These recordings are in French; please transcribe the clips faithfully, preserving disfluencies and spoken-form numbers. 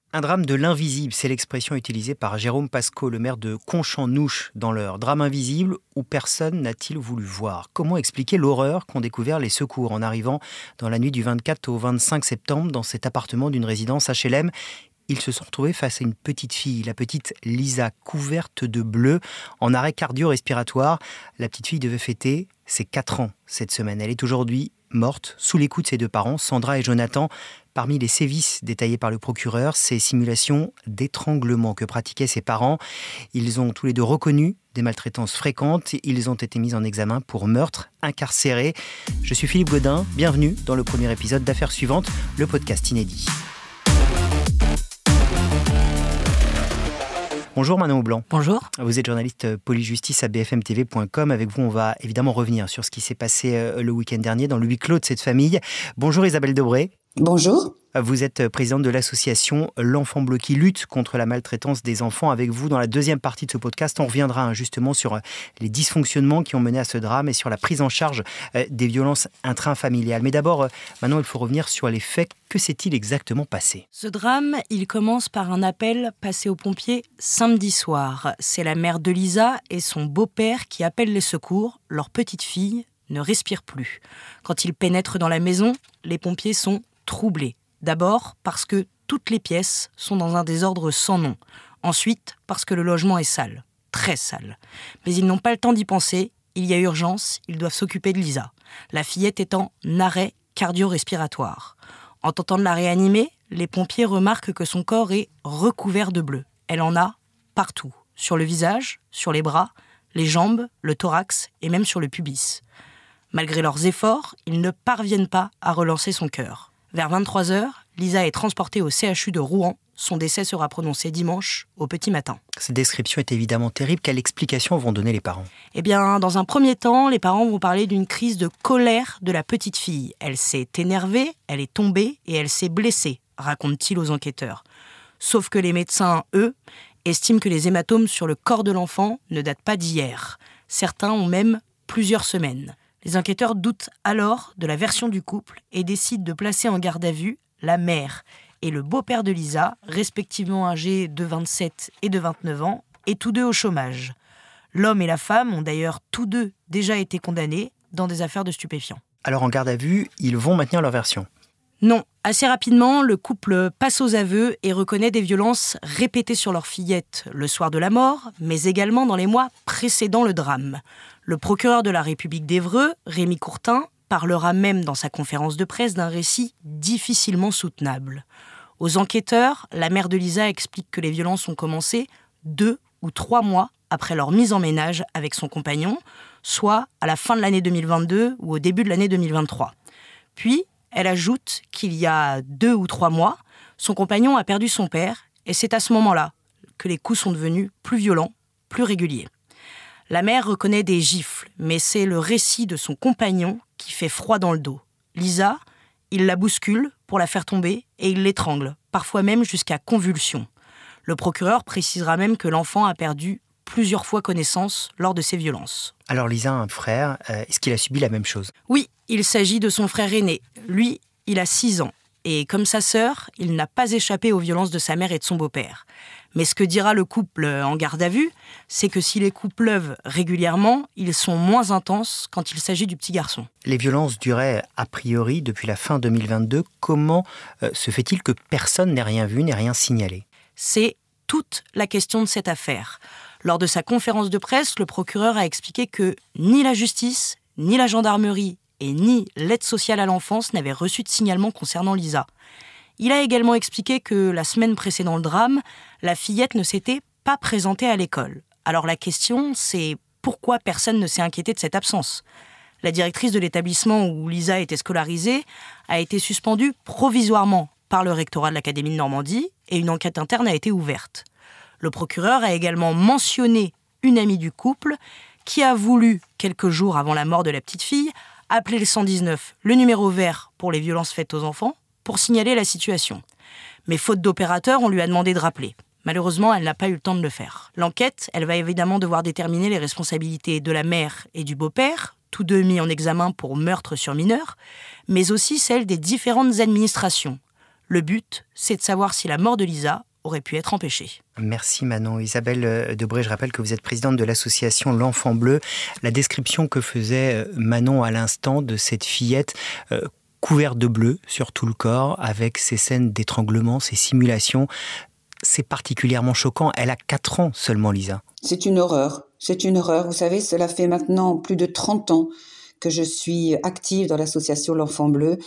Un drame de l'invisible, c'est l'expression utilisée par Jérôme Pascaud, le maire de Conch-en-Ouche, dans l'Eure. Drame invisible où personne n'a-t-il voulu voir. Comment expliquer l'horreur qu'ont découvert les secours en arrivant dans la nuit du vingt-quatre au vingt-cinq septembre dans cet appartement d'une résidence H L M ? Ils se sont retrouvés face à une petite fille, la petite Lisa, couverte de bleu, en arrêt cardio-respiratoire. La petite fille devait fêter ses quatre ans cette semaine. Elle est aujourd'hui morte, sous les coups de ses deux parents, Sandra et Jonathan. Parmi les sévices détaillés par le procureur, ces simulations d'étranglement que pratiquaient ses parents. Ils ont tous les deux reconnu des maltraitances fréquentes. Ils ont été mis en examen pour meurtre, incarcérés. Je suis Philippe Godin, bienvenue dans le premier épisode d'Affaires suivantes, le podcast inédit. Bonjour Manon Aublanc. Bonjour. Vous êtes journaliste police-justice à b f m t v point com. Avec vous, on va évidemment revenir sur ce qui s'est passé le week-end dernier dans le huis clos de cette famille. Bonjour Isabelle Debré. Bonjour. Vous êtes présidente de l'association L'Enfant Bleu qui lutte contre la maltraitance des enfants. Avec vous, dans la deuxième partie de ce podcast, on reviendra justement sur les dysfonctionnements qui ont mené à ce drame et sur la prise en charge des violences intrafamiliales. Mais d'abord, maintenant, il faut revenir sur les faits. Que s'est-il exactement passé ? Ce drame, il commence par un appel passé aux pompiers samedi soir. C'est la mère de Lisa et son beau-père qui appellent les secours. Leur petite fille ne respire plus. Quand ils pénètrent dans la maison, les pompiers sont troublés. D'abord parce que toutes les pièces sont dans un désordre sans nom. Ensuite parce que le logement est sale, très sale. Mais ils n'ont pas le temps d'y penser, il y a urgence, ils doivent s'occuper de Lisa. La fillette est en arrêt cardio-respiratoire. En tentant de la réanimer, les pompiers remarquent que son corps est recouvert de bleu. Elle en a partout, sur le visage, sur les bras, les jambes, le thorax et même sur le pubis. Malgré leurs efforts, ils ne parviennent pas à relancer son cœur. Vers vingt-trois heures, Lisa est transportée au C H U de Rouen. Son décès sera prononcé dimanche au petit matin. Cette description est évidemment terrible. Quelle explication vont donner les parents ? Eh bien, dans un premier temps, les parents vont parler d'une crise de colère de la petite fille. Elle s'est énervée, elle est tombée et elle s'est blessée, raconte-t-il aux enquêteurs. Sauf que les médecins, eux, estiment que les hématomes sur le corps de l'enfant ne datent pas d'hier. Certains ont même plusieurs semaines. Les enquêteurs doutent alors de la version du couple et décident de placer en garde à vue la mère et le beau-père de Lisa, respectivement âgés de vingt-sept et de vingt-neuf ans, et tous deux au chômage. L'homme et la femme ont d'ailleurs tous deux déjà été condamnés dans des affaires de stupéfiants. Alors en garde à vue, ils vont maintenir leur version ? Non. Assez rapidement, le couple passe aux aveux et reconnaît des violences répétées sur leur fillette le soir de la mort, mais également dans les mois précédant le drame. Le procureur de la République d'Évreux, Rémi Courtin, parlera même dans sa conférence de presse d'un récit difficilement soutenable. Aux enquêteurs, la mère de Lisa explique que les violences ont commencé deux ou trois mois après leur mise en ménage avec son compagnon, soit à la fin de l'année deux mille vingt-deux ou au début de l'année deux mille vingt-trois. Puis, elle ajoute qu'il y a deux ou trois mois, son compagnon a perdu son père et c'est à ce moment-là que les coups sont devenus plus violents, plus réguliers. La mère reconnaît des gifles, mais c'est le récit de son compagnon qui fait froid dans le dos. Lisa, il la bouscule pour la faire tomber et il l'étrangle, parfois même jusqu'à convulsion. Le procureur précisera même que l'enfant a perdu plusieurs fois connaissance lors de ces violences. Alors Lisa a un frère, euh, est-ce qu'il a subi la même chose ? Oui, il s'agit de son frère aîné. Lui, il a six ans. Et comme sa sœur, il n'a pas échappé aux violences de sa mère et de son beau-père. Mais ce que dira le couple en garde à vue, c'est que si les coups pleuvent régulièrement, ils sont moins intenses quand il s'agit du petit garçon. Les violences duraient a priori depuis la fin deux mille vingt-deux. Comment euh, se fait-il que personne n'ait rien vu, n'ait rien signalé ? C'est toute la question de cette affaire. Lors de sa conférence de presse, le procureur a expliqué que ni la justice, ni la gendarmerie et ni l'aide sociale à l'enfance n'avaient reçu de signalement concernant Lisa. Il a également expliqué que la semaine précédant le drame, la fillette ne s'était pas présentée à l'école. Alors la question, c'est pourquoi personne ne s'est inquiété de cette absence ? La directrice de l'établissement où Lisa était scolarisée a été suspendue provisoirement par le rectorat de l'Académie de Normandie et une enquête interne a été ouverte. Le procureur a également mentionné une amie du couple qui a voulu, quelques jours avant la mort de la petite fille, appeler le cent dix-neuf, le numéro vert pour les violences faites aux enfants, pour signaler la situation. Mais faute d'opérateur, on lui a demandé de rappeler. Malheureusement, elle n'a pas eu le temps de le faire. L'enquête, elle va évidemment devoir déterminer les responsabilités de la mère et du beau-père, tous deux mis en examen pour meurtre sur mineur, mais aussi celles des différentes administrations. Le but, c'est de savoir si la mort de Lisa aurait pu être empêchée. Merci Manon. Isabelle Debré, je rappelle que vous êtes présidente de l'association L'Enfant Bleu. La description que faisait Manon à l'instant de cette fillette euh, couverte de bleu sur tout le corps, avec ces scènes d'étranglement, ces simulations, c'est particulièrement choquant. Elle a quatre ans seulement, Lisa. C'est une horreur. C'est une horreur. Vous savez, cela fait maintenant plus de trente ans que je suis active dans l'association L'Enfant Bleu.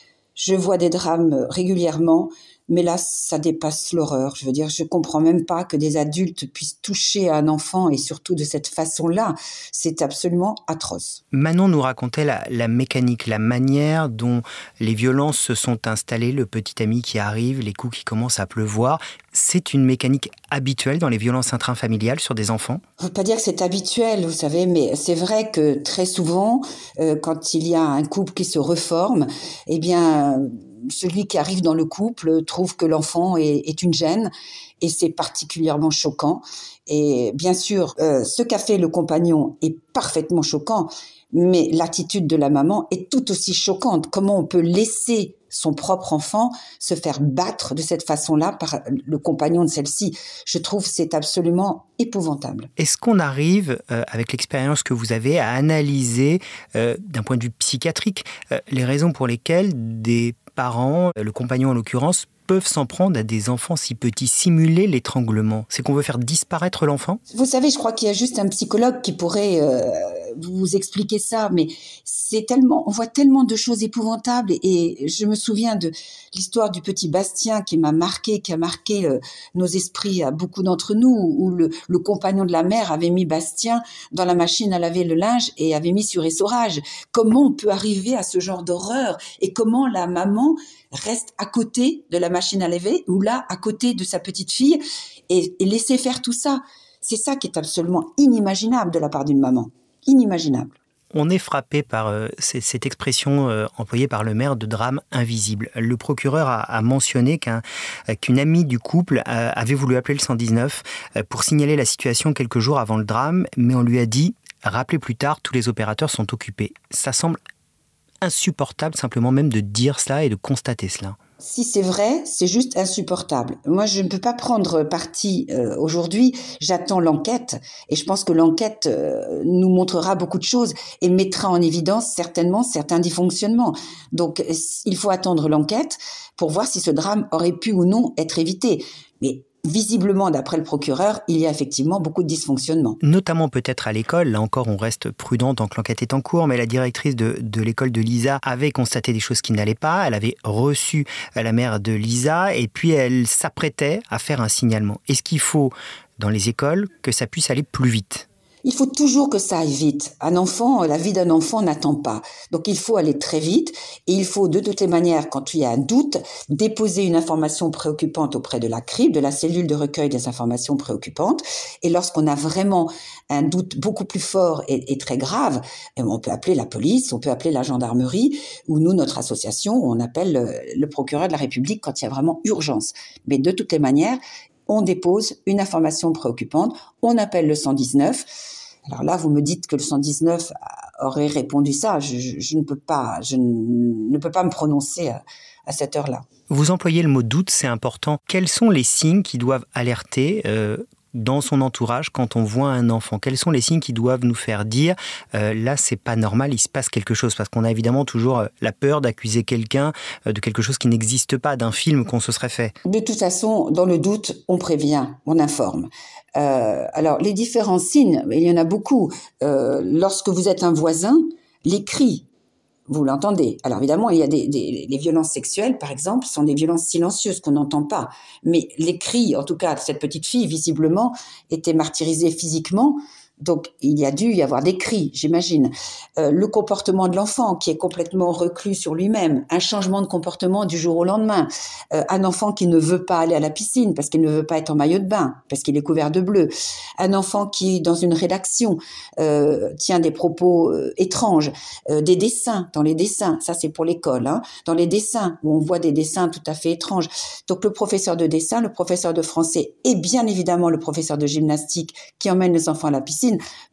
Je vois des drames régulièrement, mais là, ça dépasse l'horreur. Je veux dire, je comprends même pas que des adultes puissent toucher à un enfant, et surtout de cette façon-là. C'est absolument atroce. Manon nous racontait la, la mécanique, la manière dont les violences se sont installées, le petit ami qui arrive, les coups qui commencent à pleuvoir. C'est une mécanique habituelle dans les violences intrafamiliales sur des enfants ? Je ne veux pas dire que c'est habituel, vous savez, mais c'est vrai que très souvent, euh, quand il y a un couple qui se reforme, eh bien, celui qui arrive dans le couple trouve que l'enfant est, est une gêne, et c'est particulièrement choquant. Et bien sûr, euh, ce qu'a fait le compagnon est parfaitement choquant, mais l'attitude de la maman est tout aussi choquante. Comment on peut laisser son propre enfant se faire battre de cette façon-là par le compagnon de celle-ci? Je trouve que c'est absolument épouvantable. Est-ce qu'on arrive, euh, avec l'expérience que vous avez, à analyser, euh, d'un point de vue psychiatrique, euh, les raisons pour lesquelles des parents, le compagnon en l'occurrence, peuvent s'en prendre à des enfants si petits, simuler l'étranglement? C'est qu'on veut faire disparaître l'enfant? Vous savez, je crois qu'il y a juste un psychologue qui pourrait euh, vous expliquer ça, mais c'est tellement, on voit tellement de choses épouvantables, et je me souviens de l'histoire du petit Bastien qui m'a marqué, qui a marqué euh, nos esprits à beaucoup d'entre nous, où le, le compagnon de la mère avait mis Bastien dans la machine à laver le linge et avait mis sur essorage. Comment on peut arriver à ce genre d'horreur, et comment la maman reste à côté de la machine à laver, ou là, à côté de sa petite fille, et, et laisser faire tout ça. C'est ça qui est absolument inimaginable de la part d'une maman. Inimaginable. On est frappé par euh, cette expression euh, employée par le maire de drame invisible. Le procureur a, a mentionné qu'un, qu'une amie du couple euh, avait voulu appeler le cent dix-neuf euh, pour signaler la situation quelques jours avant le drame, mais on lui a dit « rappelez plus tard, tous les opérateurs sont occupés ». Ça semble insupportable simplement même de dire cela et de constater cela. Si c'est vrai, c'est juste insupportable. Moi, je ne peux pas prendre parti euh, aujourd'hui. J'attends l'enquête, et je pense que l'enquête euh, nous montrera beaucoup de choses et mettra en évidence certainement certains dysfonctionnements. Donc, il faut attendre l'enquête pour voir si ce drame aurait pu ou non être évité. Mais visiblement, d'après le procureur, il y a effectivement beaucoup de dysfonctionnements. Notamment peut-être à l'école. Là encore, on reste prudent tant que l'enquête est en cours, mais la directrice de, de l'école de Lisa avait constaté des choses qui n'allaient pas. Elle avait reçu la mère de Lisa, et puis elle s'apprêtait à faire un signalement. Est-ce qu'il faut, dans les écoles, que ça puisse aller plus vite ? Il faut toujours que ça aille vite. Un enfant, la vie d'un enfant n'attend pas. Donc il faut aller très vite, et il faut de toutes les manières, quand il y a un doute, déposer une information préoccupante auprès de la C R I B, de la cellule de recueil des informations préoccupantes. Et lorsqu'on a vraiment un doute beaucoup plus fort et, et très grave, on peut appeler la police, on peut appeler la gendarmerie, ou nous, notre association, on appelle le, le procureur de la République quand il y a vraiment urgence. Mais de toutes les manières, on dépose une information préoccupante, on appelle le cent dix-neuf. Alors là, vous me dites que le cent dix-neuf aurait répondu ça. Je, je, je ne peux pas, je ne peux pas me prononcer à, à cette heure-là. Vous employez le mot doute, c'est important. Quels sont les signes qui doivent alerter euh, dans son entourage quand on voit un enfant? Quels sont les signes qui doivent nous faire dire euh, là, c'est pas normal, il se passe quelque chose? Parce qu'on a évidemment toujours euh, la peur d'accuser quelqu'un euh, de quelque chose qui n'existe pas, d'un film qu'on se serait fait. De toute façon, dans le doute, on prévient, on informe. Euh, alors, les différents signes, il y en a beaucoup. Euh, lorsque vous êtes un voisin, les cris, vous l'entendez. Alors évidemment, il y a des, des les violences sexuelles, par exemple, sont des violences silencieuses qu'on n'entend pas. Mais les cris, en tout cas, de cette petite fille, visiblement, était martyrisée physiquement. Donc, il y a dû y avoir des cris, j'imagine. Euh, le comportement de l'enfant qui est complètement reclus sur lui-même, un changement de comportement du jour au lendemain, euh, un enfant qui ne veut pas aller à la piscine parce qu'il ne veut pas être en maillot de bain, parce qu'il est couvert de bleu, un enfant qui, dans une rédaction, euh, tient des propos euh, étranges, euh, des dessins, dans les dessins, ça c'est pour l'école, hein, dans les dessins, où on voit des dessins tout à fait étranges. Donc, le professeur de dessin, le professeur de français et bien évidemment le professeur de gymnastique qui emmène les enfants à la piscine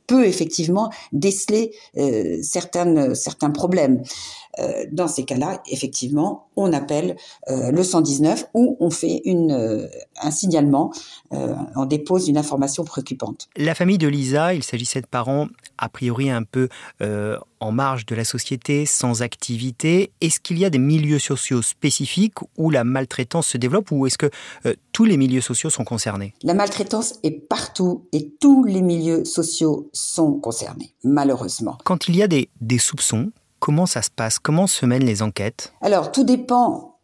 peut effectivement déceler euh, certaines, certains problèmes. Euh, dans ces cas-là, effectivement, on appelle euh, le cent dix-neuf ou on fait une, euh, un signalement, euh, on dépose une information préoccupante. La famille de Lisa, il s'agissait de parents a priori un peu euh, en marge de la société, sans activité. Est-ce qu'il y a des milieux sociaux spécifiques où la maltraitance se développe ou est-ce que euh, tous les milieux sociaux sont concernés ? La maltraitance est partout et tous les milieux sociaux sont concernés, malheureusement. Quand il y a des, des soupçons, comment ça se passe ? Comment se mènent les enquêtes ? Alors, tout dépend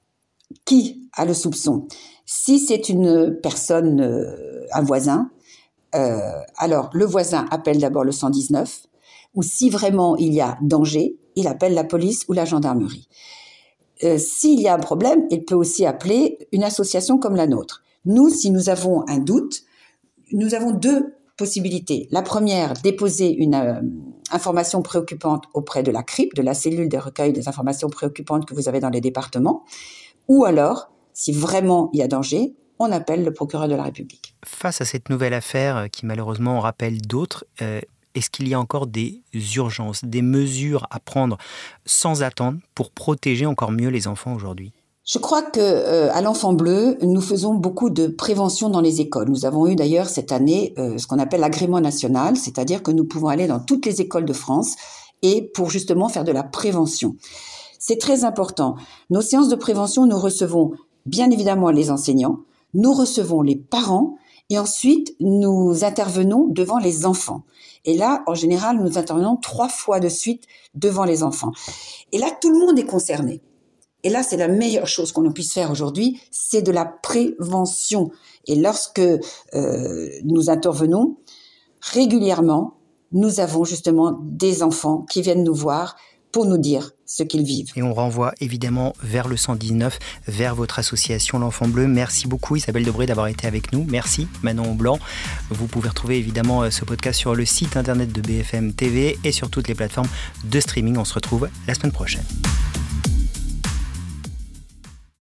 qui a le soupçon. Si c'est une personne, euh, un voisin, euh, alors le voisin appelle d'abord le cent dix-neuf, ou si vraiment il y a danger, il appelle la police ou la gendarmerie. Euh, s'il y a un problème, il peut aussi appeler une association comme la nôtre. Nous, si nous avons un doute, nous avons deux possibilités. La première, déposer une euh, information préoccupante auprès de la C R I P, de la cellule de recueil des informations préoccupantes que vous avez dans les départements. Ou alors, si vraiment il y a danger, on appelle le procureur de la République. Face à cette nouvelle affaire qui malheureusement en rappelle d'autres, euh, est-ce qu'il y a encore des urgences, des mesures à prendre sans attendre pour protéger encore mieux les enfants aujourd'hui ? Je crois que euh, à l'Enfant Bleu, nous faisons beaucoup de prévention dans les écoles. Nous avons eu d'ailleurs cette année euh, ce qu'on appelle l'agrément national, c'est-à-dire que nous pouvons aller dans toutes les écoles de France et pour justement faire de la prévention. C'est très important. Nos séances de prévention, nous recevons bien évidemment les enseignants, nous recevons les parents et ensuite nous intervenons devant les enfants. Et là, en général, nous intervenons trois fois de suite devant les enfants. Et là, tout le monde est concerné. Et là, c'est la meilleure chose qu'on puisse faire aujourd'hui, c'est de la prévention. Et lorsque euh, nous intervenons régulièrement, nous avons justement des enfants qui viennent nous voir pour nous dire ce qu'ils vivent. Et on renvoie évidemment vers le cent dix-neuf, vers votre association L'Enfant Bleu. Merci beaucoup Isabelle Debré d'avoir été avec nous. Merci Manon Blanc. Vous pouvez retrouver évidemment ce podcast sur le site internet de B F M T V et sur toutes les plateformes de streaming. On se retrouve la semaine prochaine.